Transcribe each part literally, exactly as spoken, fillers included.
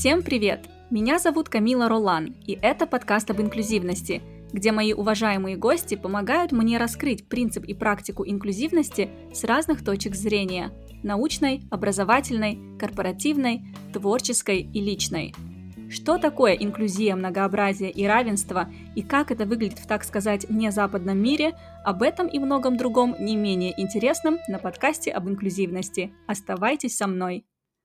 Всем привет! Меня зовут Камила Ролан, и это подкаст об инклюзивности, где мои уважаемые гости помогают мне раскрыть принцип и практику инклюзивности с разных точек зрения – научной, образовательной, корпоративной, творческой и личной. Что такое инклюзия, многообразие и равенство, и как это выглядит в, так сказать, незападном мире, об этом и многом другом не менее интересном на подкасте об инклюзивности. Оставайтесь со мной!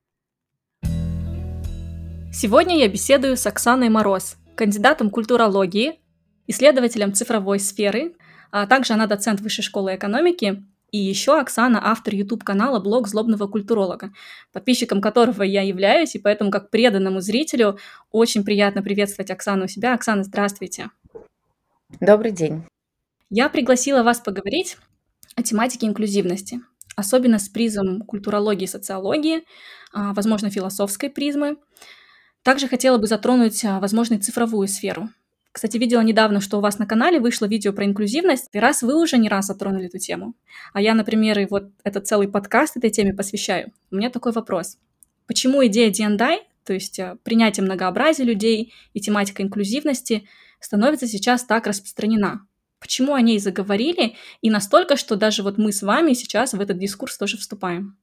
Сегодня я беседую с Оксаной Мороз, кандидатом культурологии, исследователем цифровой сферы, а также она доцент Высшей школы экономики, и еще Оксана автор YouTube-канала «Блог злобного культуролога», подписчиком которого я являюсь, и поэтому как преданному зрителю очень приятно приветствовать Оксану у себя. Оксана, здравствуйте. Добрый день. Я пригласила вас поговорить о тематике инклюзивности, особенно с призмом культурологии и социологии, возможно, философской призмы. Также хотела бы затронуть, возможно, цифровую сферу. Кстати, видела недавно, что у вас на канале вышло видео про инклюзивность, и раз вы уже не раз затронули эту тему, а я, например, и вот этот целый подкаст этой теме посвящаю, у меня такой вопрос. Почему идея ди энд ай, то есть принятие многообразия людей и тематика инклюзивности, становится сейчас так распространена? Почему о ней заговорили, и настолько, что даже вот мы с вами сейчас в этот дискурс тоже вступаем?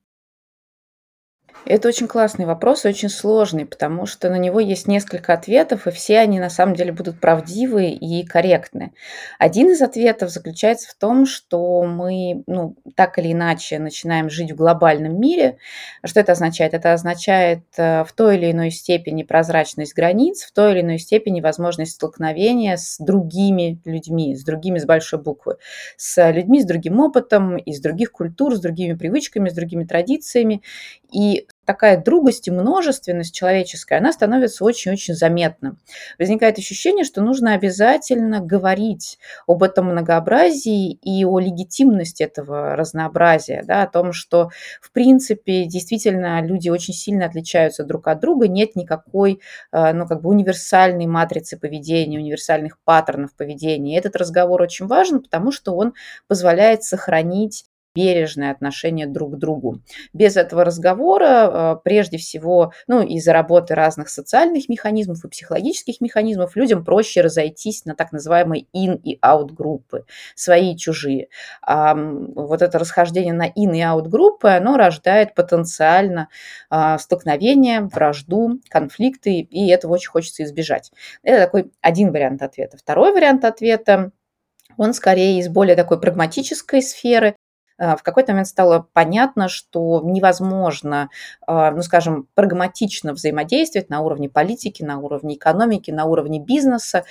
Это очень классный вопрос, очень сложный, потому что на него есть несколько ответов, и все они на самом деле будут правдивы и корректны. Один из ответов заключается в том, что мы, ну, так или иначе начинаем жить в глобальном мире. Что это означает? Это означает э, в той или иной степени прозрачность границ, в той или иной степени возможность столкновения с другими людьми, с другими с большой буквы, с людьми с другим опытом, из других культур, с другими привычками, с другими традициями. И такая другость и множественность человеческая, она становится очень-очень заметна. Возникает ощущение, что нужно обязательно говорить об этом многообразии и о легитимности этого разнообразия, да, о том, что, в принципе, действительно люди очень сильно отличаются друг от друга, нет никакой, ну, как бы универсальной матрицы поведения, универсальных паттернов поведения. И этот разговор очень важен, потому что он позволяет сохранить бережное отношение друг к другу. Без этого разговора, прежде всего, ну, из-за работы разных социальных механизмов и психологических механизмов, людям проще разойтись на так называемые in- и out-группы, свои и чужие. А вот это расхождение на in- и out-группы, оно рождает потенциально столкновения, вражду, конфликты, и этого очень хочется избежать. Это такой один вариант ответа. Второй вариант ответа, он скорее из более такой прагматической сферы. В какой-то момент стало понятно, что невозможно, ну, скажем, прагматично взаимодействовать на уровне политики, на уровне экономики, на уровне бизнеса,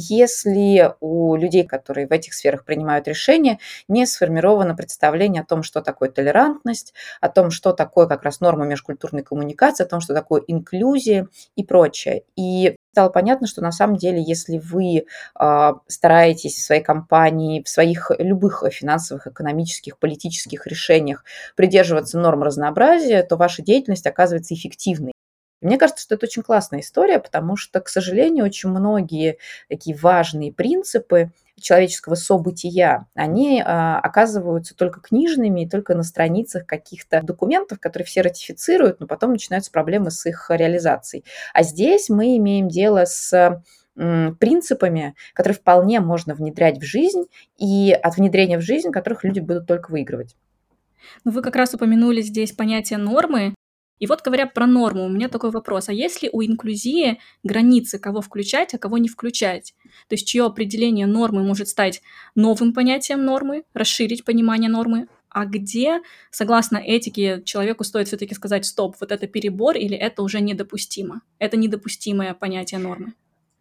если у людей, которые в этих сферах принимают решения, не сформировано представление о том, что такое толерантность, о том, что такое как раз норма межкультурной коммуникации, о том, что такое инклюзия и прочее. И стало понятно, что на самом деле, если вы э, стараетесь в своей компании, в своих любых финансовых, экономических, политических решениях придерживаться норм разнообразия, то ваша деятельность оказывается эффективной. Мне кажется, что это очень классная история, потому что, к сожалению, очень многие такие важные принципы человеческого события, они а, оказываются только книжными и только на страницах каких-то документов, которые все ратифицируют, но потом начинаются проблемы с их реализацией. А здесь мы имеем дело с м, принципами, которые вполне можно внедрять в жизнь, и от внедрения в жизнь которых люди будут только выигрывать. Ну, вы как раз упомянули здесь понятие нормы. И вот говоря про норму, у меня такой вопрос. А есть ли у инклюзии границы, кого включать, а кого не включать? То есть чье определение нормы может стать новым понятием нормы, расширить понимание нормы, а где, согласно этике, человеку стоит все-таки сказать: стоп, вот это перебор или это уже недопустимо? Это недопустимое понятие нормы.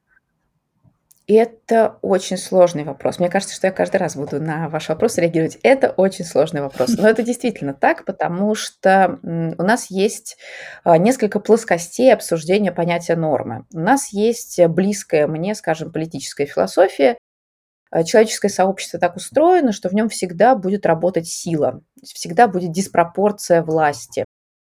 Это очень сложный вопрос. Мне кажется, что я каждый раз буду на ваш вопрос реагировать. Это очень сложный вопрос. Но это действительно так, потому что у нас есть несколько плоскостей обсуждения понятия нормы. У нас есть близкая мне, скажем, политическая философия. Человеческое сообщество так устроено, что в нем всегда будет работать сила, всегда будет диспропорция власти.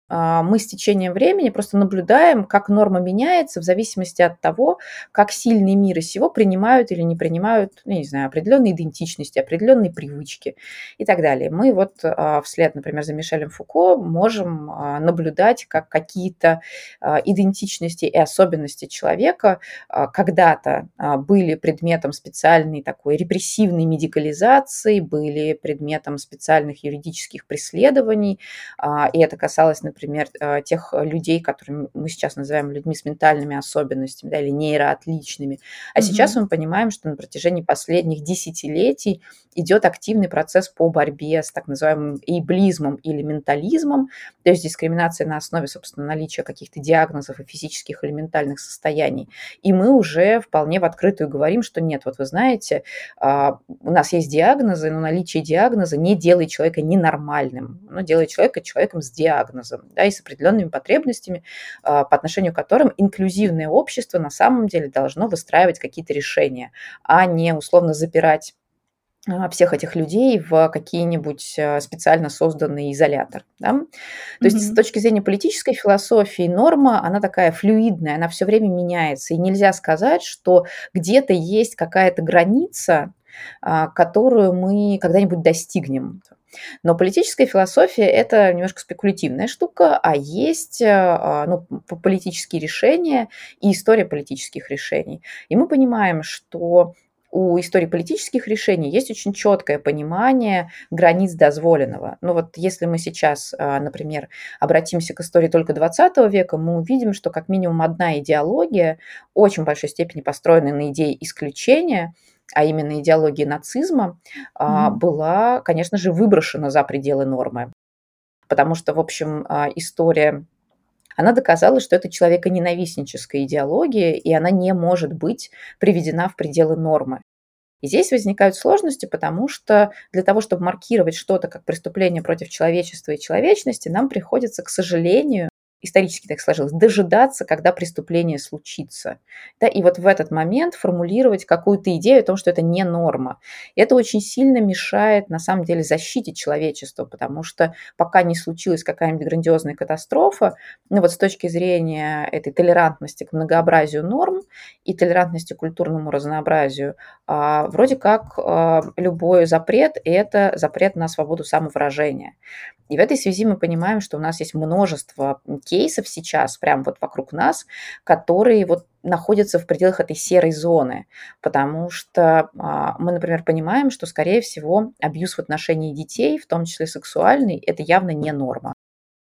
а, мы с течением времени просто наблюдаем, как норма меняется в зависимости от того, как сильные миры сего принимают или не принимают, ну, я не знаю, определенные идентичности, определенные привычки и так далее. Мы вот а, вслед, например, за Мишелем Фуко можем а, наблюдать, как какие-то а, идентичности и особенности человека а, когда-то а, были предметом специальной такой репрессивной медикализации, были предметом специальных юридических преследований, а, и это касалось, например, э, тех людей, которые мы сейчас называем людьми с ментальными особенностями, да, или нейроотличными. А сейчас Мгм. мы понимаем, что на протяжении последних десятилетий идет активный процесс по борьбе с так называемым эйблизмом или ментализмом, то есть дискриминация на основе, собственно, наличия каких-то диагнозов и физических или ментальных состояний. И мы уже вполне в открытую говорим, что нет, вот вы знаете, а, у нас есть диагнозы, но наличие диагноза не делает человека ненормальным, но делает человека человеком с диагнозом, да, и с определенными потребностями, а, по отношению к которым инклюзивное общество на самом деле должно выстраивать какие-то решения, а не условно запирать а, всех этих людей в какие-нибудь а, специально созданный изолятор. Да? То есть с Мгм. точки зрения политической философии норма, она такая флюидная, она все время меняется. И нельзя сказать, что где-то есть какая-то граница, а, которую мы когда-нибудь достигнем. Но политическая философия – это немножко спекулятивная штука, а есть а, ну, п- политические решения и история политических решений. И мы понимаем, что у истории политических решений есть очень четкое понимание границ дозволенного. Ну вот если мы сейчас, а, например, обратимся к истории только двадцатого века, мы увидим, что как минимум одна идеология, очень большой степени построенная на идее исключения, а именно идеологии нацизма, а, Мгм. была, конечно же, выброшена за пределы нормы. Потому что, в общем, а, история, она доказала, что это человеконенавистническая идеология, и она не может быть приведена в пределы нормы. И здесь возникают сложности, потому что для того, чтобы маркировать что-то как преступление против человечества и человечности, нам приходится, к сожалению, исторически так сложилось, дожидаться, когда преступление случится. Да, и вот в этот момент формулировать какую-то идею о том, что это не норма. И это очень сильно мешает, на самом деле, защите человечества, потому что пока не случилась какая-нибудь грандиозная катастрофа, ну вот с точки зрения этой толерантности к многообразию норм и толерантности к культурному разнообразию, а, вроде как а, любой запрет – это запрет на свободу самовыражения. И в этой связи мы понимаем, что у нас есть множество кейсов сейчас, прямо вот вокруг нас, которые вот находятся в пределах этой серой зоны, потому что а, мы, например, понимаем, что, скорее всего, абьюз в отношении детей, в том числе сексуальный, это явно не норма.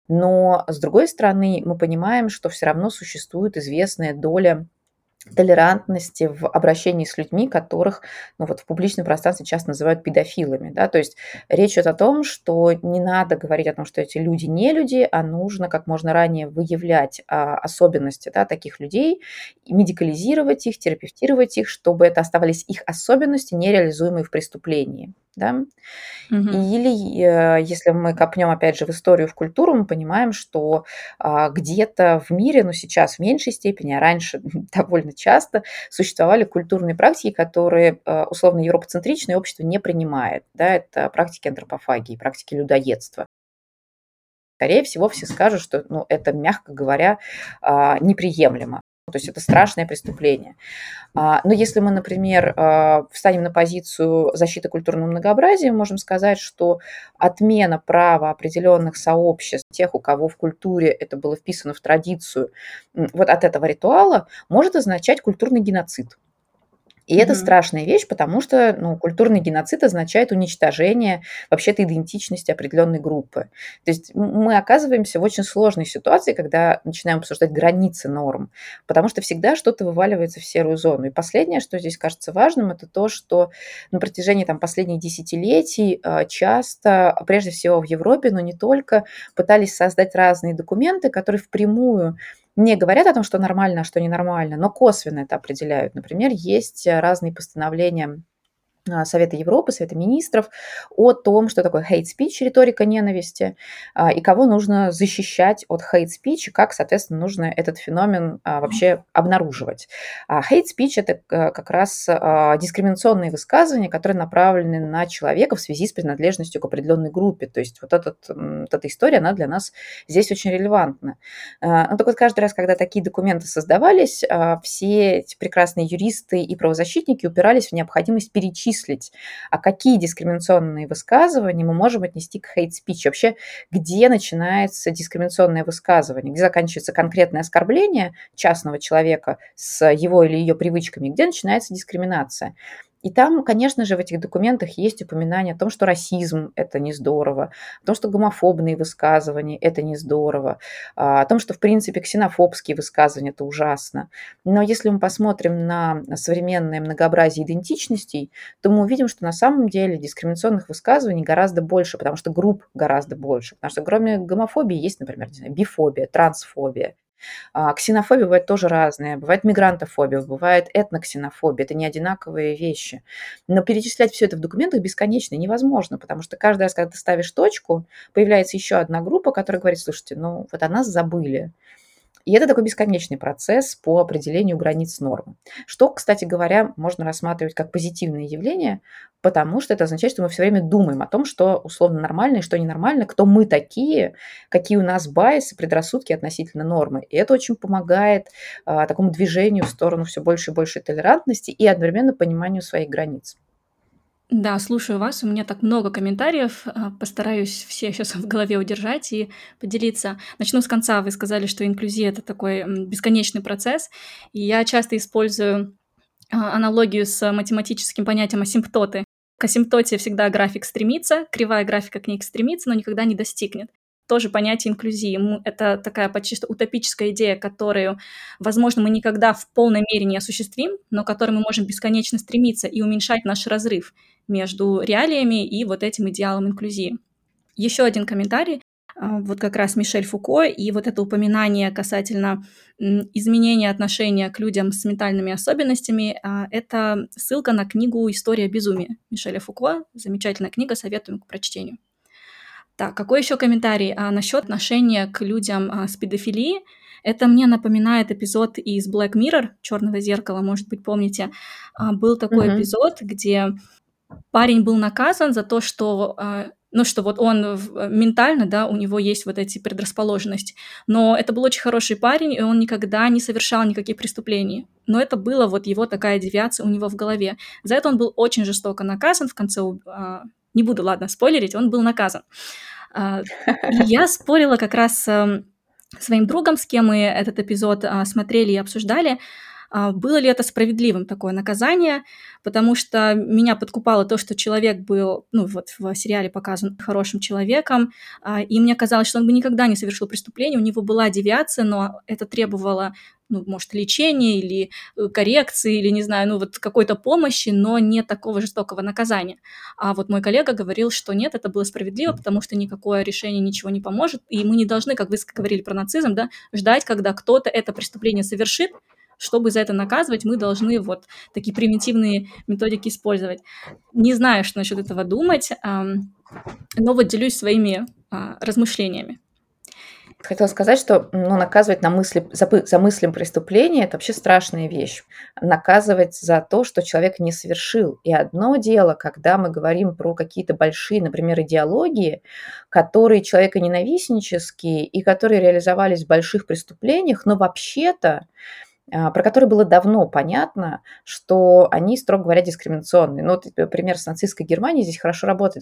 Но, с другой стороны, мы понимаем, что все равно существует известная доля толерантности в обращении с людьми, которых, ну, вот в публичном пространстве часто называют педофилами, да. То есть речь идет о том, что не надо говорить о том, что эти люди не люди, а нужно как можно ранее выявлять, а, особенности, да, таких людей, и медикализировать их, терапевтировать их, чтобы это оставались их особенности, нереализуемые в преступлении, да. Мгм. Или, э, если мы копнем, опять же, в историю, в культуру, мы понимаем, что, а, где-то в мире, но сейчас в меньшей степени, а раньше довольно часто существовали культурные практики, которые, э, условно европоцентричное общество не принимает. Да, это практики антропофагии, практики людоедства. Скорее всего, все скажут, что, ну, это, мягко говоря, а, неприемлемо. То есть это страшное преступление. А, но если мы, например, а, встанем на позицию защиты культурного многообразия, мы можем сказать, что отмена права определенных сообществ, тех, у кого в культуре это было вписано в традицию, м, вот от этого ритуала, может означать культурный геноцид. И это Мгм. страшная вещь, потому что, ну, культурный геноцид означает уничтожение вообще-то идентичности определенной группы. То есть м мы оказываемся в очень сложной ситуации, когда начинаем обсуждать границы норм, потому что всегда что-то вываливается в серую зону. И последнее, что здесь кажется важным, это то, что на протяжении там последних десятилетий, а, часто, а, прежде всего в Европе, но не только, пытались создать разные документы, которые впрямую не говорят о том, что нормально, а что ненормально, но косвенно это определяют. Например, есть, э, разные постановления а, Совета Европы, Совета Министров о том, что такое hate speech, риторика ненависти, а, и кого нужно защищать от hate speech, и как, соответственно, нужно этот феномен а, вообще обнаруживать. А hate speech– это э, как раз а, дискриминационные высказывания, которые направлены на человека в связи с принадлежностью к определенной группе. То есть вот, этот, м, вот эта история, она для нас здесь очень релевантна. А, Ну, так вот, каждый раз, когда такие документы создавались, а, все эти прекрасные юристы и правозащитники упирались в необходимость перечислить, а какие дискриминационные высказывания мы можем отнести к hate speech. Вообще, где начинается дискриминационное высказывание, где заканчивается конкретное оскорбление частного человека с его или ее привычками, где начинается дискриминация. И там, конечно же, в этих документах есть упоминание о том, что расизм– это не здорово, о том, что гомофобные высказывания– это не здорово, а, о том, что, в принципе, ксенофобские высказывания– это ужасно. Но если мы посмотрим на современное многообразие идентичностей, то мы увидим, что на самом деле дискриминационных высказываний гораздо больше, потому что групп гораздо больше. Потому что кроме гомофобии есть, например, не знаю, бифобия, трансфобия. А, Ксенофобия бывает тоже разная. Бывает мигрантофобия, бывает этноксенофобия. Это не одинаковые вещи. Но перечислять все это в документах бесконечно невозможно, потому что каждый раз, когда ты ставишь точку, появляется еще одна группа, которая говорит: слушайте, ну вот о нас забыли. И это такой бесконечный процесс по определению границ нормы. Что, кстати говоря, можно рассматривать как позитивное явление, потому что это означает, что мы все время думаем о том, что условно нормально и что ненормально, кто мы такие, какие у нас байсы, предрассудки относительно нормы. И это очень помогает а, такому движению в сторону все больше и больше толерантности и одновременно пониманию своих границ. Да, слушаю вас. У меня так много комментариев. а, Постараюсь все сейчас в голове удержать и поделиться. Начну с конца. Вы сказали, что инклюзия– это такой м, бесконечный процесс. И я часто использую а, аналогию с математическим понятием асимптоты. К асимптоте всегда график стремится, кривая графика к ней стремится, но никогда не достигнет. Тоже понятие инклюзии. М, Это такая почти что утопическая идея, которую, возможно, мы никогда в полной мере не осуществим, но к которой мы можем бесконечно стремиться и уменьшать наш разрыв между реалиями и вот этим идеалом инклюзии. Еще один комментарий. а, Вот как раз Мишель Фуко и вот это упоминание касательно м, изменения отношения к людям с ментальными особенностями, а, это ссылка на книгу «История безумия» Мишеля Фуко. Замечательная книга, советуем к прочтению. Так, какой еще комментарий а, насчет отношения к людям а, с педофилией? Это мне напоминает эпизод из Black Mirror, «Черного зеркала», может быть, помните. А, Был такой Мгм. эпизод, где парень был наказан за то, что, а, ну, что вот он в ментально, да, у него есть вот эти предрасположенности. Но это был очень хороший парень, и он никогда не совершал никаких преступлений. Но это была вот его такая девиация у него в голове. За это он был очень жестоко наказан в конце. у- а, Не буду, ладно, спойлерить, он был наказан. А, И я спорила как раз с эм, своим другом, с кем мы этот эпизод а, смотрели и обсуждали, а, было ли это справедливым такое наказание, потому что меня подкупало то, что человек был, ну вот в сериале показан хорошим человеком, а, и мне казалось, что он бы никогда не совершил преступление, у него была девиация, но это требовало, ну, может, лечения или э, коррекции, или, не знаю, ну, вот какой-то помощи, но не такого жестокого наказания. А вот мой коллега говорил, что нет, это было справедливо, потому что никакое решение ничего не поможет, и мы не должны, как вы говорили про нацизм, да, ждать, когда кто-то это преступление совершит, чтобы за это наказывать, мы должны вот такие примитивные методики использовать. Не знаю, что насчет этого думать, ам, но вот делюсь своими а, размышлениями. Хотела сказать, что, ну, наказывать на мысли за пы за мыслям преступления– это вообще страшная вещь. Наказывать за то, что человек не совершил. И одно дело, когда мы говорим про какие-то большие, например, идеологии, которые человеконенавистнические и которые реализовались в больших преступлениях, но вообще-то, а, про которые было давно понятно, что они, строго говоря, дискриминационные. Ну, вот, э, пример с нацистской Германией здесь хорошо работает.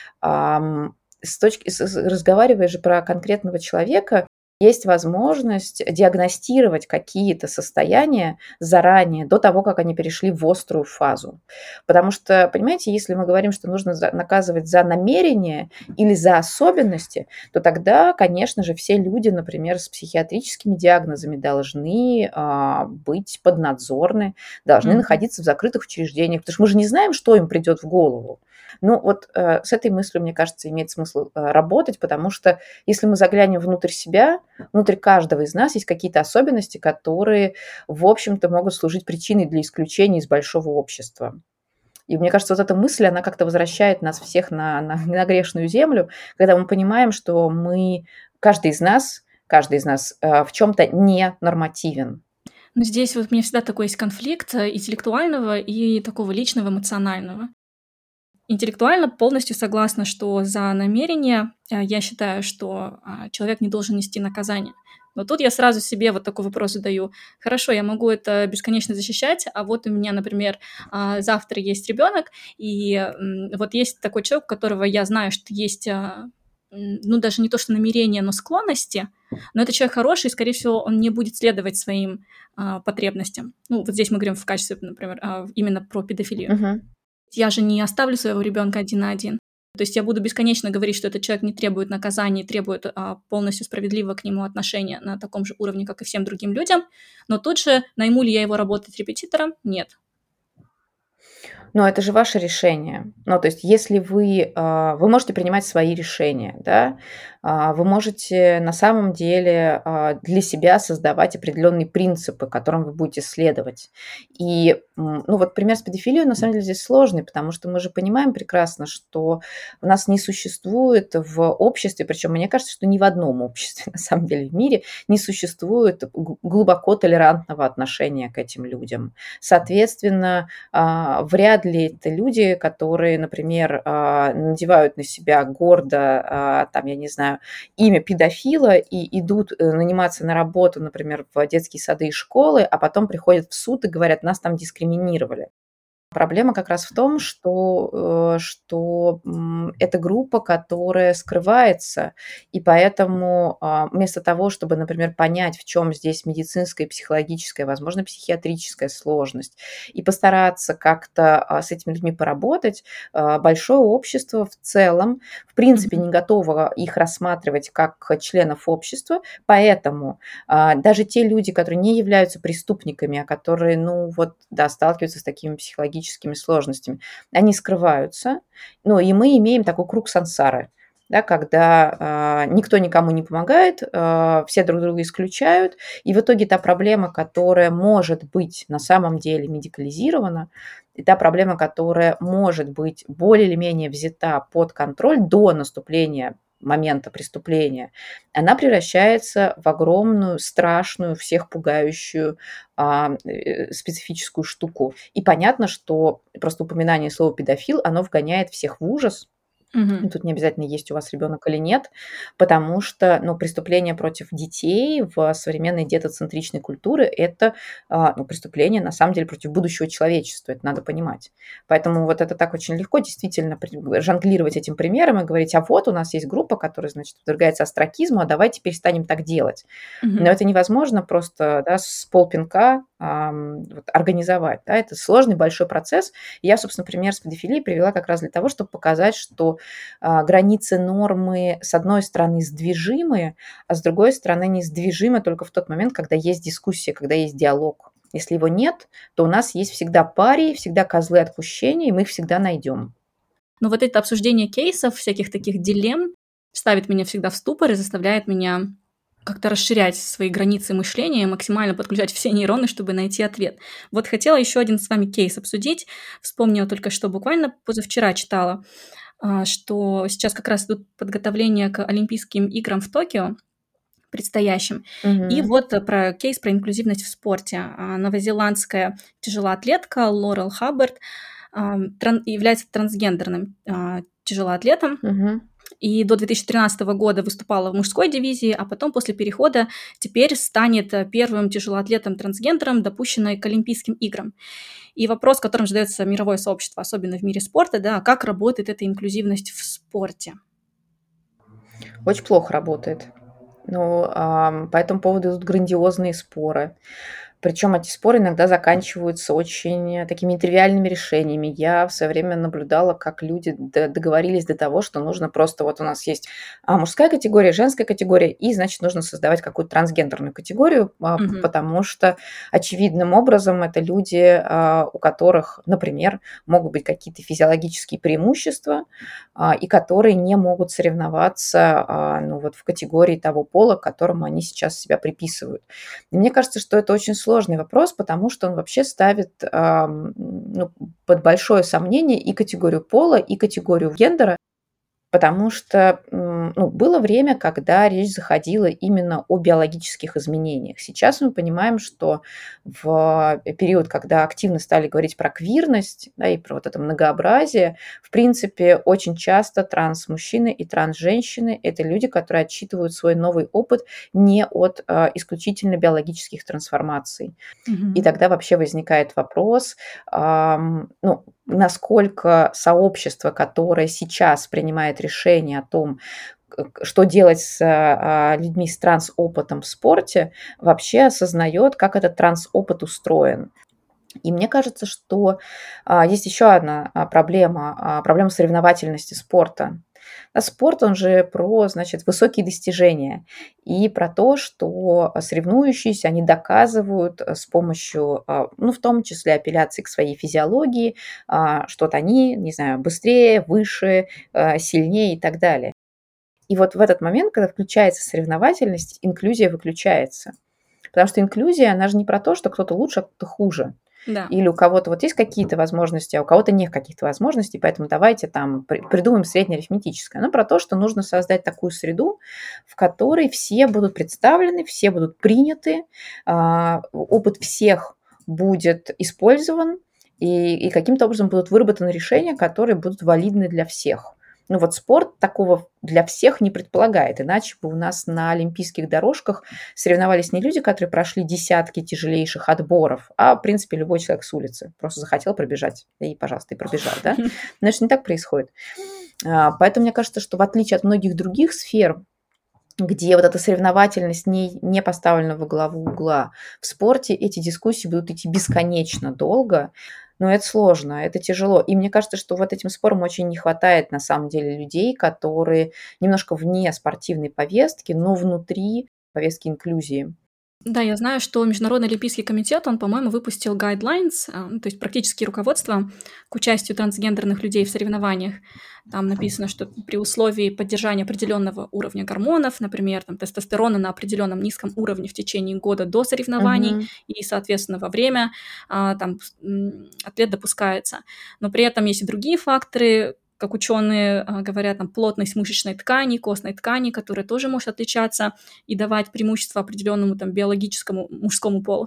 Ам, с точки с с разговаривая же про конкретного человека, есть возможность диагностировать какие-то состояния заранее, до того, как они перешли в острую фазу. Потому что, понимаете, если мы говорим, что нужно за наказывать за намерение или за особенности, то тогда, конечно же, все люди, например, с психиатрическими диагнозами должны, а, быть поднадзорны, должны Мгм. находиться в закрытых учреждениях, потому что мы же не знаем, что им придет в голову. Ну, вот, э, с этой мыслью, мне кажется, имеет смысл, э, работать, потому что если мы заглянем внутрь себя, внутрь каждого из нас есть какие-то особенности, которые, в общем-то, могут служить причиной для исключения из большого общества. И мне кажется, вот эта мысль, она как-то возвращает нас всех на на на грешную землю, когда мы понимаем, что мы, каждый из нас каждый из нас, э, в чём-то не нормативен. Ну, здесь вот у меня всегда такой есть конфликт, э, интеллектуального и такого личного, эмоционального. Интеллектуально полностью согласна, что за намерение, э, я считаю, что, а, человек не должен нести наказание. Но тут я сразу себе вот такой вопрос задаю: хорошо, я могу это бесконечно защищать, а вот у меня, например, а, завтра есть ребенок, и, м, вот есть такой человек, у которого я знаю, что есть, а, м, ну, даже не то что намерения, но склонности, но это человек хороший, и, скорее всего, он не будет следовать своим, а, потребностям. Ну, вот здесь мы говорим в качестве, например, а, именно про педофилию. Мгм. Я же не оставлю своего ребенка один на один. То есть я буду бесконечно говорить, что этот человек не требует наказания, требует, а, полностью справедливого к нему отношения на таком же уровне, как и всем другим людям, но тут же найму ли я его работать репетитором? Нет. Но это же ваше решение. Ну, то есть, если вы, а, вы можете принимать свои решения, да, а, вы можете на самом деле, а, для себя создавать определенные принципы, которым вы будете следовать. И, м, ну, вот пример с педофилией на самом деле здесь сложный, потому что мы же понимаем прекрасно, что у нас не существует в обществе, причем мне кажется, что ни в одном обществе, на самом деле, в мире не существует г глубоко толерантного отношения к этим людям. Соответственно, а, вряд ли это люди, которые, например, а, надевают на себя гордо, а, там, я не знаю, имя педофила и идут, э, наниматься на работу, например, в детские сады и школы, а потом приходят в суд и говорят: "Нас там дискриминировали". Проблема как раз в том, что, э, что, м, это группа, которая скрывается, и поэтому, а, вместо того, чтобы, например, понять, в чём здесь медицинская и психологическая, возможно, психиатрическая сложность, и постараться как-то, а, с этими людьми поработать, а, большое общество в целом, в принципе, Мгм. не готово их рассматривать как членов общества. Поэтому, а, даже те люди, которые не являются преступниками, а которые, ну вот, да, сталкиваются с такими психологическими сложностями, они скрываются. Ну, и мы имеем такой круг сансары, да, когда, а, никто никому не помогает, а, все друг друга исключают, и в итоге та проблема, которая может быть на самом деле медикализирована, и та проблема, которая может быть более или менее взята под контроль до наступления момента преступления, она превращается в огромную, страшную, всех пугающую, а, э, специфическую штуку. И понятно, что просто упоминание слова "педофил", оно вгоняет всех в ужас. И Мгм. тут не обязательно, есть у вас ребенок или нет, потому что, ну, преступления против детей в современной детоцентричной культуре- это, а, ну, преступление, на самом деле, против будущего человечества. Это надо понимать. Поэтому вот это так очень легко действительно при жонглировать этим примером и говорить: "А вот у нас есть группа, которая, значит, подвергается остракизму, а давайте перестанем так делать". Но Мгм. это невозможно просто, да, с полпинка, ам, вот организовать, да. Это сложный большой процесс. Я, собственно, пример с педофилией привела как раз для того, чтоб показать, что, а, границы нормы, с одной стороны, сдвижимы, а с другой стороны, несдвижимы только в тот момент, когда есть дискуссия, когда есть диалог. Если его нет, то у нас есть всегда парии, всегда козлы отпущения, и мы их всегда найдем. Но вот это обсуждение кейсов, всяких таких дилемм ставит меня всегда в ступор и заставляет меня как-то расширять свои границы мышления, максимально подключать все нейроны, чтобы найти ответ. Вот хотела еще один с вами кейс обсудить. Вспомнила только что, буквально позавчера читала, а, что сейчас как раз идут подготовления к Олимпийским играм в Токио предстоящим. И Мгм. вот про кейс про инклюзивность в спорте. А, новозеландская тяжелоатлетка Лорел Хаббард, ам, тран является трансгендерным, а, тяжелоатлетом Мгм. и до две тысячи тринадцатого года выступала в мужской дивизии, а потом после перехода теперь станет, э, первым тяжелоатлетом-трансгендером, допущенной к Олимпийским играм. И вопрос, которым задается мировое сообщество, особенно в мире спорта, да: как работает эта инклюзивность в спорте? Очень плохо работает. Ну, ам, по этому поводу идут грандиозные споры. Причем эти споры иногда заканчиваются очень такими тривиальными решениями. Я в свое время наблюдала, как люди д договорились до того, что нужно просто вот у нас есть, а, мужская категория, женская категория, и, значит, нужно создавать какую-то трансгендерную категорию, а, п Мгм. потому что очевидным образом это люди, а, у которых, например, могут быть какие-то физиологические преимущества, а, и которые не могут соревноваться, а, ну, вот в категории того пола, к которому они сейчас себя приписывают. И мне кажется, что это очень сложно сложный вопрос, потому что он вообще ставит, ам, ну, под большое сомнение и категорию пола, и категорию гендера. Потому что, м, ну, было время, когда речь заходила именно о биологических изменениях. Сейчас мы понимаем, что в период, когда активно стали говорить про квирность, да, и про вот это многообразие, в принципе, очень часто транс-мужчины и транс-женщины — это люди, которые отсчитывают свой новый опыт не от, а, исключительно биологических трансформаций. И Мгм. тогда вообще возникает вопрос, ам, ну, насколько сообщество, которое сейчас принимает решение о том, к к что делать с, а, людьми с транс-опытом в спорте, вообще осознает, как этот транс-опыт устроен. И мне кажется, что, а, есть еще одна, а, проблема, а, проблема соревновательности спорта. А спорт, он же про, значит, высокие достижения и про то, что, а, соревнующиеся, они доказывают, э, с помощью, а, ну, в том числе апелляции к своей физиологии, а, что вот они, не знаю, быстрее, выше, э, сильнее и так далее. И вот в этот момент, когда включается соревновательность, инклюзия выключается. Потому что инклюзия, она же не про то, что кто-то лучше, а кто-то хуже. Да. Или у кого-то вот есть какие-то возможности, а у кого-то нет каких-то возможностей, поэтому давайте там при придумаем среднеарифметическое. Оно про то, что нужно создать такую среду, в которой все будут представлены, все будут приняты, а, опыт всех будет использован, и и каким-то образом будут выработаны решения, которые будут валидны для всех. Ну вот спорт такого для всех не предполагает, иначе бы у нас на олимпийских дорожках соревновались не люди, которые прошли десятки тяжелейших отборов, а, в принципе, любой человек с улицы. Просто захотел пробежать и, пожалуйста, и пробежал, да? Но это ж не так происходит. А, поэтому мне кажется, что в отличие от многих других сфер, где вот эта соревновательность не не поставлена во главу угла, в спорте эти дискуссии будут идти бесконечно долго, но это сложно, это тяжело. И мне кажется, что вот этим спорам очень не хватает на самом деле людей, которые немножко вне спортивной повестки, но внутри повестки инклюзии. Да, я знаю, что Международный олимпийский комитет, он, по-моему, выпустил guidelines, а, ну, то есть практические руководства к участию трансгендерных людей в соревнованиях. Там написано, что при условии поддержания определенного уровня гормонов, например, там, тестостерона на определенном низком уровне в течение года до соревнований Мгм. и, соответственно, во время, а, там, с- м, атлет допускается. Но при этом есть и другие факторы, как ученые а, говорят, там, плотность мышечной ткани, костной ткани, которая тоже может отличаться и давать преимущество определенному там биологическому мужскому полу.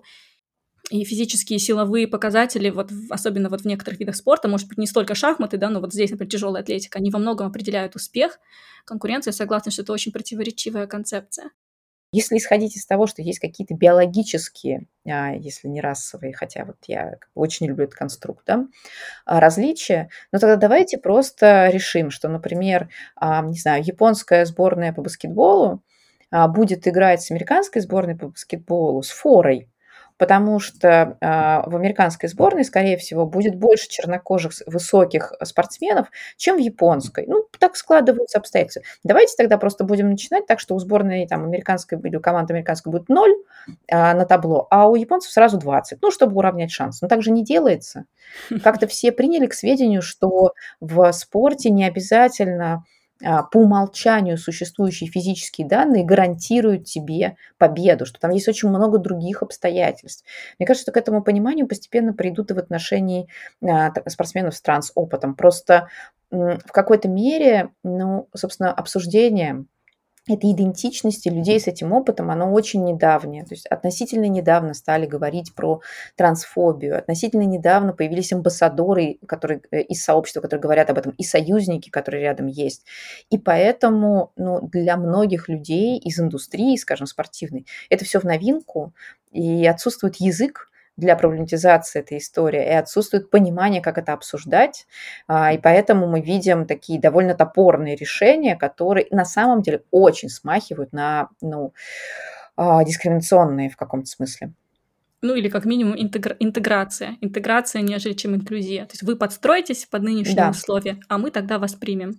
И физические силовые показатели, вот в особенно вот в некоторых видах спорта, может быть, не столько шахматы, да, но вот здесь, например, тяжелая атлетика, они во многом определяют успех. Конкуренция, согласна, что это очень противоречивая концепция. Если исходить из того, что есть какие-то биологические, а, если не расовые, хотя вот я как бы очень люблю этот конструкт, да, а, различия, ну тогда давайте просто решим, что, например, а, не знаю, японская сборная по баскетболу, а, будет играть с американской сборной по баскетболу с форой, потому что, а, в американской сборной, скорее всего, будет больше чернокожих с высоких спортсменов, чем в японской. Ну, так складываются обстоятельства. Давайте тогда просто будем начинать так, что у сборной там американской или у команды американской будет ноль, а, на табло, а у японцев сразу двадцать, ну, чтобы уравнять шансы. Но так же не делается. Как-то все приняли к сведению, что в спорте не обязательно, а, по умолчанию существующие физические данные гарантируют тебе победу, что там есть очень много других обстоятельств. Мне кажется, что к этому пониманию постепенно придут и в отношении, а, т спортсменов с трансопытом. Просто, м, в какой-то мере, ну, собственно, обсуждение этой идентичности людей с этим опытом, оно очень недавнее. То есть относительно недавно стали говорить про трансфобию, относительно недавно появились амбассадоры, которые, э, из сообщества, которые говорят об этом, и союзники, которые рядом есть. И поэтому, ну, для многих людей из индустрии, скажем, спортивной, это все в новинку, и отсутствует язык для проблематизации этой истории, и отсутствует понимание, как это обсуждать. А, и поэтому мы видим такие довольно топорные решения, которые на самом деле очень смахивают на, ну, а, дискриминационные в каком-то смысле. Ну или как минимум интегр- интеграция. Интеграция, нежели чем инклюзия. То есть вы подстроитесь под нынешние Да, условия, а мы тогда вас примем.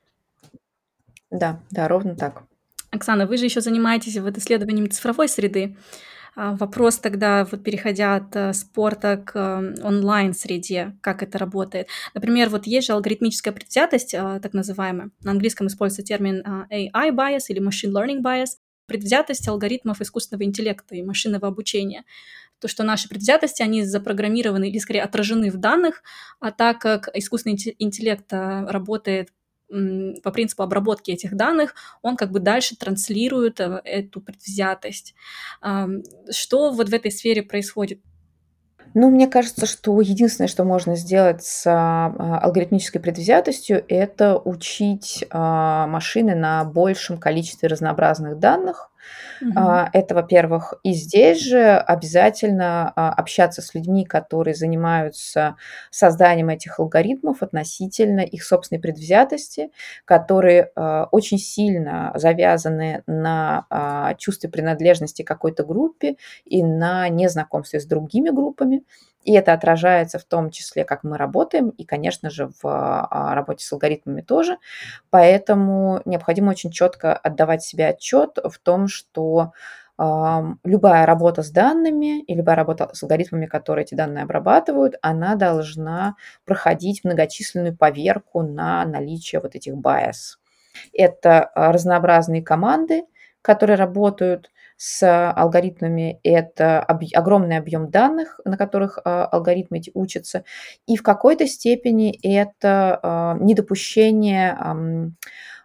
да, да, ровно так. Оксана, вы же еще занимаетесь вот исследованием цифровой среды. А, вопрос тогда, вот переходя от э, спорта к э, онлайн-среде, как это работает. Например, вот есть же алгоритмическая предвзятость, а, так называемая. На английском используется термин а, A I bias или machine learning bias. предвзятость алгоритмов искусственного интеллекта и машинного обучения. То, что наши предвзятости, они запрограммированы или, скорее, отражены в данных, а так как искусственный интеллект а, работает м, по принципу обработки этих данных, он как бы дальше транслирует э, эту предвзятость. Ам, Что вот в этой сфере происходит? Ну, мне кажется, что единственное, что можно сделать с а, а, алгоритмической предвзятостью, это учить а, машины на большем количестве разнообразных данных. Мгм. А, Это, во-первых. И здесь же обязательно а, общаться с людьми, которые занимаются созданием этих алгоритмов относительно их собственной предвзятости, которые а, очень сильно завязаны на а, чувстве принадлежности к какой-то группе и на незнакомстве с другими группами. И это отражается в том числе, как мы работаем, и, конечно же, в а, работе с алгоритмами тоже. Поэтому необходимо очень четко отдавать себе отчет в том, что ам, любая работа с данными и любая работа с алгоритмами, которые эти данные обрабатывают, она должна проходить многочисленную поверку на наличие вот этих bias. Это а, разнообразные команды, которые работают с алгоритмами, это объ- огромный объем данных, на которых а, алгоритмы эти учатся, и в какой-то степени это а, недопущение ам,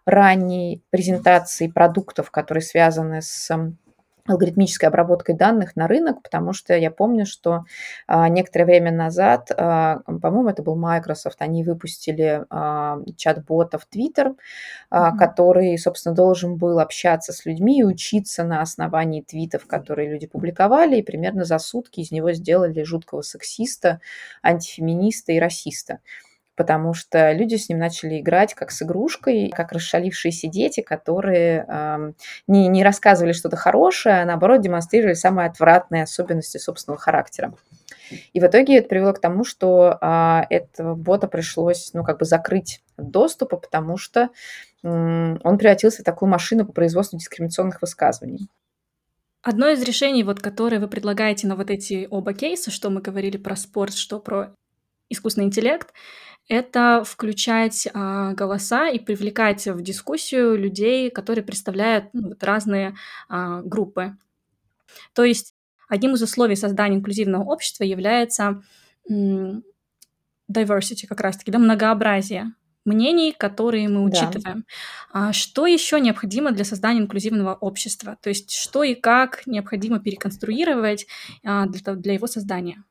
ранней презентации продуктов, которые связаны с ам, алгоритмической обработкой данных на рынок, потому что я помню, что а, некоторое время назад, а, по-моему, это был Microsoft, они выпустили а, чат-бота в Twitter, а, Мгм. который, собственно, должен был общаться с людьми и учиться на основании твитов, которые люди публиковали, и примерно за сутки из него сделали жуткого сексиста, антифеминиста и расиста. Потому что люди с ним начали играть как с игрушкой, как расшалившиеся дети, которые ам, не, не рассказывали что-то хорошее, а наоборот демонстрировали самые отвратные особенности собственного характера. И в итоге это привело к тому, что а, этого бота пришлось, ну, как бы закрыть от доступа, потому что м, он превратился в такую машину по производству дискриминационных высказываний. Одно из решений, вот, которые вы предлагаете на вот эти оба кейса, что мы говорили про спорт, что про искусственный интеллект, это включать а, голоса и привлекать в дискуссию людей, которые представляют ну, вот разные а, группы. То есть одним из условий создания инклюзивного общества является м, diversity как раз-таки, да, многообразие мнений, которые мы Да. учитываем. А что еще необходимо для создания инклюзивного общества? То есть что и как необходимо переконструировать а, для, того- для его создания?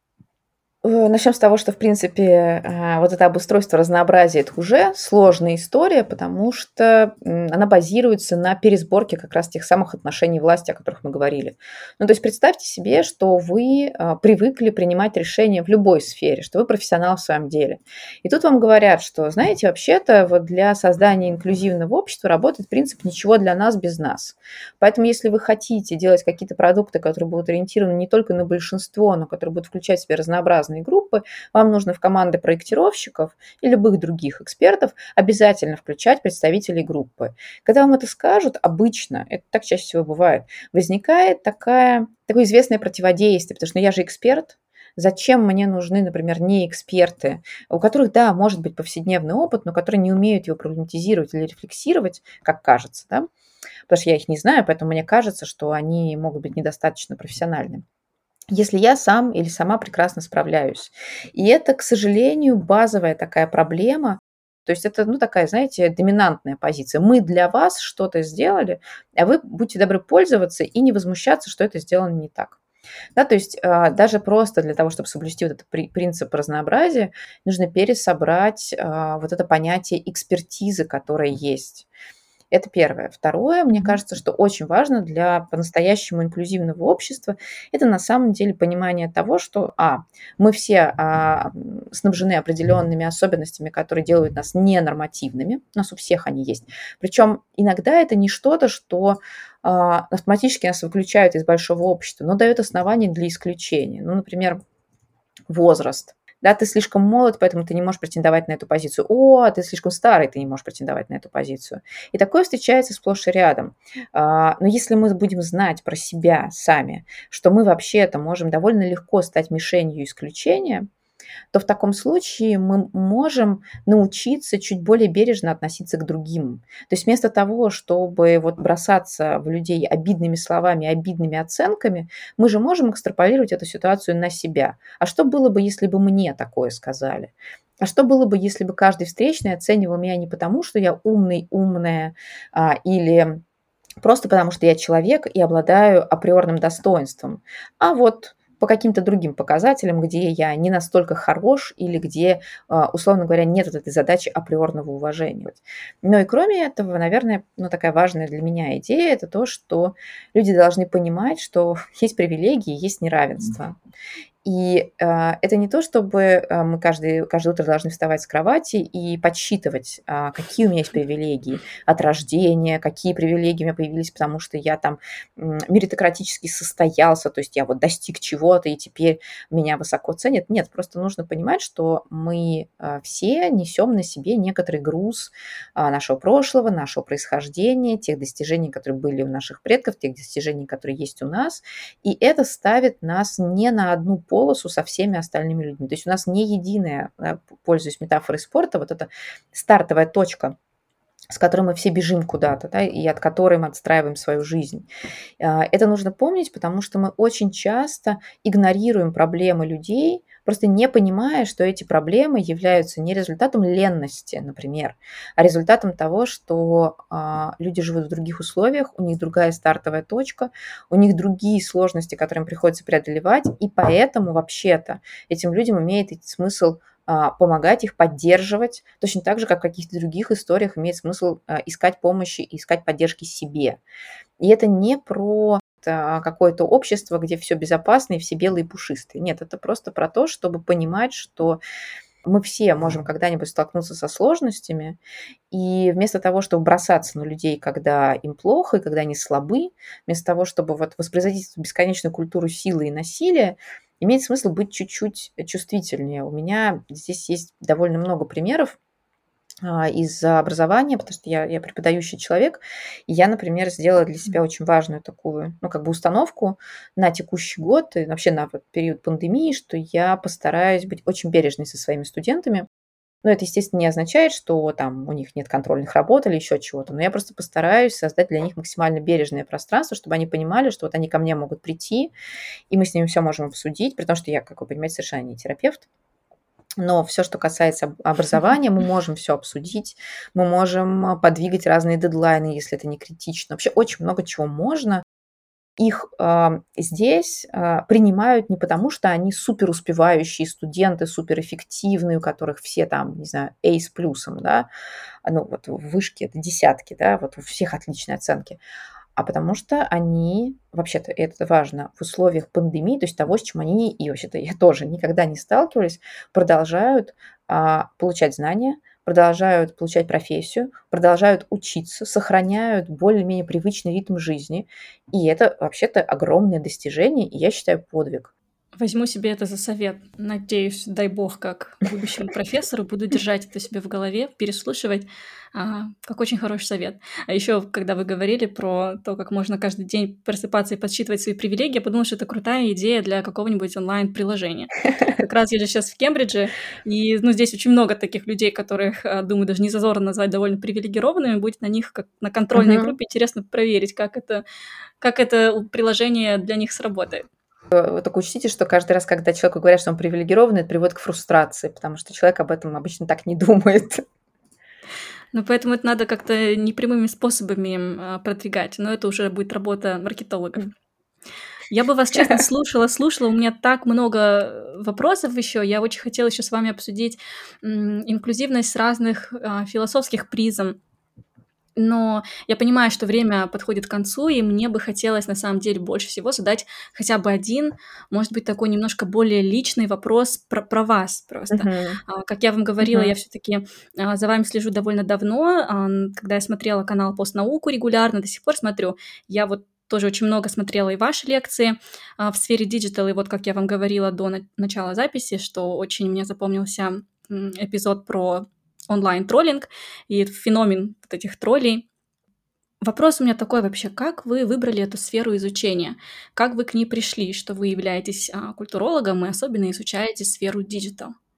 Э, начнем с того, что, в принципе, а, вот это обустройство разнообразия — это уже сложная история, потому что, м, она базируется на пересборке как раз тех самых отношений власти, о которых мы говорили. Ну, то есть представьте себе, что вы, а, привыкли принимать решения в любой сфере, что вы профессионал в своем деле. И тут вам говорят, что, знаете, вообще-то вот для создания инклюзивного общества работает принцип «ничего для нас без нас». Поэтому если вы хотите делать какие-то продукты, которые будут ориентированы не только на большинство, но которые будут включать в себя разнообразные группы, вам нужно в команды проектировщиков и любых других экспертов обязательно включать представителей группы. Когда вам это скажут, обычно, это так чаще всего бывает, возникает такая, такое известное противодействие, потому что ну, я же эксперт, зачем мне нужны, например, не эксперты, у которых, да, может быть повседневный опыт, но которые не умеют его проблематизировать или рефлексировать, как кажется, да, потому что я их не знаю, поэтому мне кажется, что они могут быть недостаточно профессиональны. Если я сам или сама прекрасно справляюсь. И это, к сожалению, базовая такая проблема. То есть это, ну, такая, знаете, доминантная позиция. Мы для вас что-то сделали, а вы будьте добры пользоваться и не возмущаться, что это сделано не так. Да, то есть а, даже просто для того, чтобы соблюсти вот этот при- принцип разнообразия, нужно пересобрать а, вот это понятие экспертизы, которое есть. Это первое. Второе, мне Мгм. кажется, что очень важно для по-настоящему инклюзивного общества, это на самом деле понимание того, что, а, мы все а, м, снабжены определенными особенностями, которые делают нас ненормативными, у нас у всех они есть. Причем иногда это не что-то, что а, автоматически нас выключают из большого общества, но дает основания для исключения. Ну, например, возраст. Да, ты слишком молод, поэтому ты не можешь претендовать на эту позицию. О, ты слишком старый, ты не можешь претендовать на эту позицию. И такое встречается сплошь и рядом. А, Но если мы будем знать про себя сами, что мы вообще-то можем довольно легко стать мишенью исключения, то в таком случае мы можем научиться чуть более бережно относиться к другим. То есть вместо того, чтобы вот бросаться в людей обидными словами, обидными оценками, мы же можем экстраполировать эту ситуацию на себя. А что было бы, если бы мне такое сказали? А что было бы, если бы каждый встречный оценивал меня не потому, что я умный, умная, а, или просто потому, что я человек и обладаю априорным достоинством, а вот по каким-то другим показателям, где я не настолько хорош или где, а, условно говоря, нет вот этой задачи априорного уважения. Вот. Ну и кроме этого, наверное, ну, такая важная для меня идея – это то, что люди должны понимать, что есть привилегии, есть неравенство. И, а, это не то, чтобы, а, мы каждый каждое утро должны вставать с кровати и подсчитывать, а, какие у меня есть привилегии от рождения, какие привилегии у меня появились, потому что я там, м, меритократически состоялся, то есть я вот достиг чего-то, и теперь меня высоко ценят. Нет, просто нужно понимать, что мы, а, все несем на себе некоторый груз, а, нашего прошлого, нашего происхождения, тех достижений, которые были у наших предков, тех достижений, которые есть у нас. И это ставит нас не на одну полосу со всеми остальными людьми. То есть у нас не единая, да, п пользуясь метафорой спорта, вот эта стартовая точка, с которой мы все бежим куда-то, да, и от которой мы отстраиваем свою жизнь. А, это нужно помнить, потому что мы очень часто игнорируем проблемы людей, просто не понимая, что эти проблемы являются не результатом ленности, например, а результатом того, что, а, люди живут в других условиях, у них другая стартовая точка, у них другие сложности, которые им приходится преодолевать, и поэтому вообще-то этим людям имеет смысл, а, помогать их, поддерживать, точно так же, как в каких-то других историях имеет смысл, а, искать помощи и искать поддержки себе. И это не про та какое-то общество, где все безопасно и все белые и пушистые. Нет, это просто про то, чтобы понимать, что мы все можем когда-нибудь столкнуться со сложностями, и вместо того, чтобы бросаться на людей, когда им плохо и когда они слабы, вместо того, чтобы вот воспроизводить эту бесконечную культуру силы и насилия, имеет смысл быть чуть-чуть чувствительнее. У меня здесь есть довольно много примеров, а, из образования, потому что я я преподающий человек. И я, например, сделала для себя очень важную такую, ну, как бы установку на текущий год и вообще на вот период пандемии, что я постараюсь быть очень бережной со своими студентами. Но это, естественно, не означает, что там у них нет контрольных работ или еще чего-то, но я просто постараюсь создать для них максимально бережное пространство, чтобы они понимали, что вот они ко мне могут прийти, и мы с ними все можем обсудить, при том, что я, как вы понимаете, совершенно не терапевт. Но все, что касается об образования, мы можем все обсудить, мы можем, а, подвигать разные дедлайны, если это не критично. Вообще очень много чего можно. Их, а, здесь, а, принимают не потому, что они суперуспевающие студенты, суперэффективные, у которых все там, не знаю, A с плюсом, да. А, ну, вот в вышке это десятки, да, вот у всех отличные оценки. А потому что они, вообще-то, и это важно, в условиях пандемии, то есть того, с чем они, и вообще-то я тоже никогда не сталкивались, продолжают, а, получать знания, продолжают получать профессию, продолжают учиться, сохраняют более-менее привычный ритм жизни. И это вообще-то огромное достижение, и я считаю, подвиг. Возьму себе это за совет. Надеюсь, дай бог, как будущему профессору, буду держать это себе в голове, переслушивать, а, как очень хороший совет. А еще, когда вы говорили про то, как можно каждый день просыпаться и подсчитывать свои привилегии, я подумала, что это крутая идея для какого-нибудь онлайн-приложения. Как раз я же сейчас в Кембридже, и, ну, здесь очень много таких людей, которых, а, думаю, даже не зазорно назвать довольно привилегированными. Будет на них, как на контрольной Мгм. группе, интересно проверить, как это как это у приложение для них сработает. Э, вы только учтите, что каждый раз, когда человеку говорят, что он привилегированный, это приводит к фрустрации, потому что человек об этом обычно так не думает. Ну, поэтому это надо как-то непрямыми способами, м, а, продвигать, но это уже будет работа маркетологов. Я бы вас, честно, слушала, слушала, у меня так много, э, вопросов еще. Я очень хотела еще с вами обсудить, м, инклюзивность с разных, а, философских призм. Но я понимаю, что время подходит к концу, и мне бы хотелось на самом деле больше всего задать хотя бы один, может быть, такой немножко более личный вопрос про про вас просто. Мгм. А, как я вам говорила, Мгм. я все-таки а, за вами слежу довольно давно. Ан, когда я смотрела канал "Постнауку" регулярно, до сих пор смотрю. Я вот тоже очень много смотрела и ваши лекции, а, в сфере диджитал. И вот, как я вам говорила до на начала записи, что очень мне запомнился, м, эпизод про онлайн-троллинг и феномен вот этих троллей. Вопрос у меня такой вообще: как вы выбрали эту сферу изучения? Как вы к ней пришли, что вы являетесь, а, культурологом и особенно изучаете сферу диджитал?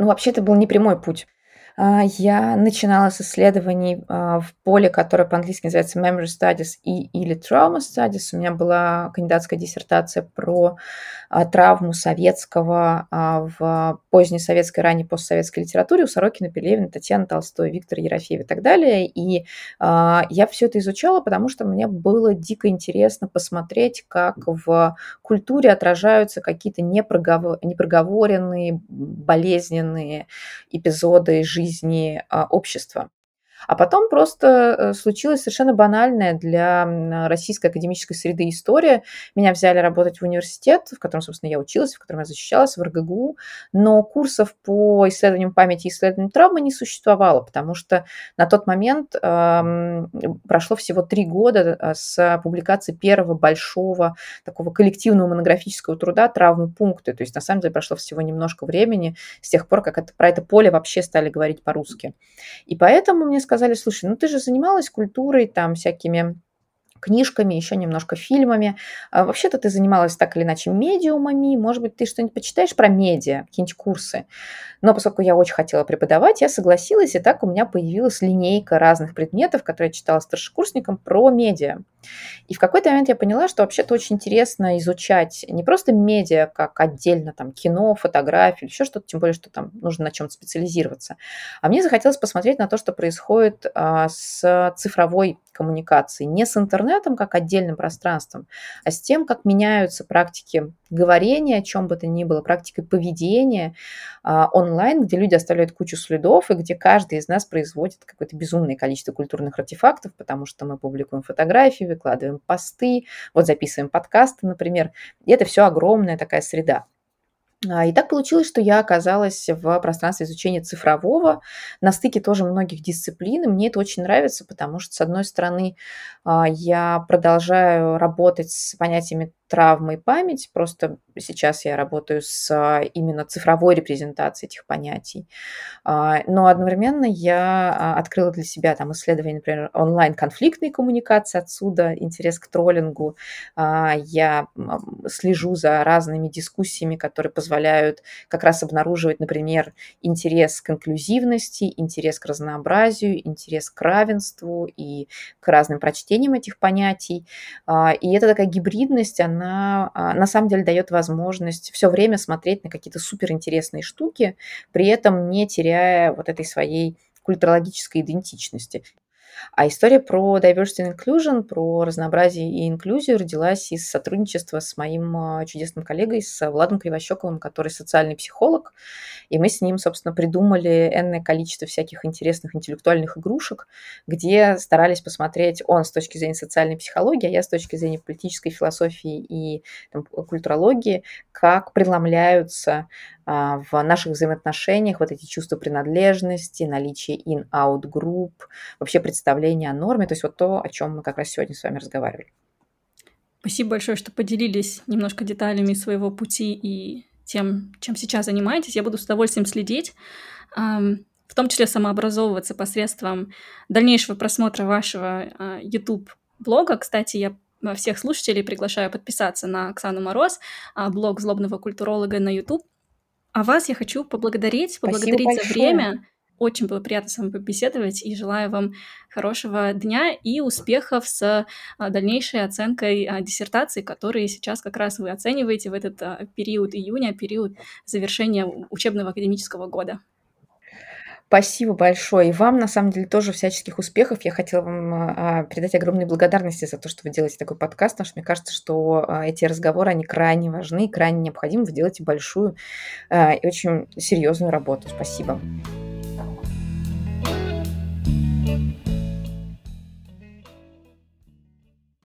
Ну, вообще, это был не прямой путь. А, я начинала с исследований, а, в поле, которое по-английски называется memory studies и или trauma studies. У меня была кандидатская диссертация про, а, травму советского, а, в поздней советской, ранней постсоветской литературе у Сорокина, Пелевина, Татьяны Толстой, Виктора Ерофеева и так далее. И, а, я всё это изучала, потому что мне было дико интересно посмотреть, как в культуре отражаются какие-то непрогово непроговоренные, болезненные эпизоды жизни, а, общества. А потом просто, э, случилась совершенно банальная для, м, российской академической среды история. Меня взяли работать в университет, в котором, собственно, я училась, в котором я защищалась, в РГГУ, но курсов по исследованиям памяти и исследованиям травмы не существовало, потому что на тот момент, ам, прошло всего три года, а, с публикации первого большого такого коллективного монографического труда "Травмпункты". То есть, на самом деле, прошло всего немножко времени с тех пор, как это про это поле вообще стали говорить по-русски. И поэтому мне сказали: "Слушай, ну ты же занималась культурой, там, всякими книжками, еще немножко фильмами. А вообще-то ты занималась так или иначе медиумами. Может быть, ты что-нибудь почитаешь про медиа, какие-нибудь курсы?" Но поскольку я очень хотела преподавать, я согласилась, и так у меня появилась линейка разных предметов, которые я читала старшекурсникам, про медиа. И в какой-то момент я поняла, что вообще-то очень интересно изучать не просто медиа как отдельно там кино, фотографию или еще что-то, тем более, что там нужно на чем-то специализироваться. А мне захотелось посмотреть на то, что происходит, а, с цифровой коммуникацией. Не с интернетом как отдельным пространством, а с тем, как меняются практики говорения о чём бы то ни было, практика поведения, а, онлайн, где люди оставляют кучу следов и где каждый из нас производит какое-то безумное количество культурных артефактов, потому что мы публикуем фотографии, выкладываем посты, вот записываем подкасты, например. И это всё огромная такая среда. А, и так получилось, что я оказалась в пространстве изучения цифрового, на стыке тоже многих дисциплин. И мне это очень нравится, потому что, с одной стороны, а, я продолжаю работать с понятиями травмы и память. Просто сейчас я работаю с именно цифровой репрезентацией этих понятий. А, но одновременно я, а, открыла для себя там исследование, например, онлайн-конфликтной коммуникации, отсюда интерес к троллингу. А, я, м, слежу за разными дискуссиями, которые позволяют как раз обнаруживать, например, интерес к инклюзивности, интерес к разнообразию, интерес к равенству и к разным прочтениям этих понятий. А, и это такая гибридность, она, а, на самом деле дает возможность всё время смотреть на какие-то суперинтересные штуки, при этом не теряя вот этой своей культурологической идентичности. А история про diversity and inclusion, про разнообразие и инклюзию родилась из сотрудничества с моим, а, чудесным коллегой, с Владом Кривощёковым, который социальный психолог. И мы с ним, собственно, придумали энное количество всяких интересных интеллектуальных игрушек, где старались посмотреть, он с точки зрения социальной психологии, а я с точки зрения политической философии и там культурологии, как преломляются, а, в наших взаимоотношениях вот эти чувства принадлежности, наличие in-out групп, вообще представление о норме. То есть вот то, о чём мы как раз сегодня с вами разговаривали. Спасибо большое, что поделились немножко деталями своего пути и тем, чем сейчас занимаетесь. Я буду с удовольствием следить, ам, в том числе самообразовываться посредством дальнейшего просмотра вашего, а, YouTube-блога. Кстати, я, а, всех слушателей приглашаю подписаться на Оксану Мороз, а, блог злобного культуролога на YouTube. А вас я хочу поблагодарить, Спасибо поблагодарить за большое. время. Очень было приятно с вами побеседовать и желаю вам хорошего дня и успехов с, а, дальнейшей оценкой, а, диссертации, которые сейчас как раз вы оцениваете в этот, а, период июня, период завершения у учебного академического года. Спасибо большое. И вам, на самом деле, тоже всяческих успехов. Я хотела вам, а, передать огромные благодарности за то, что вы делаете такой подкаст, потому что мне кажется, что, а, эти разговоры, они крайне важны, крайне необходимы. Вы делаете большую, а, и очень серьезную работу. Спасибо.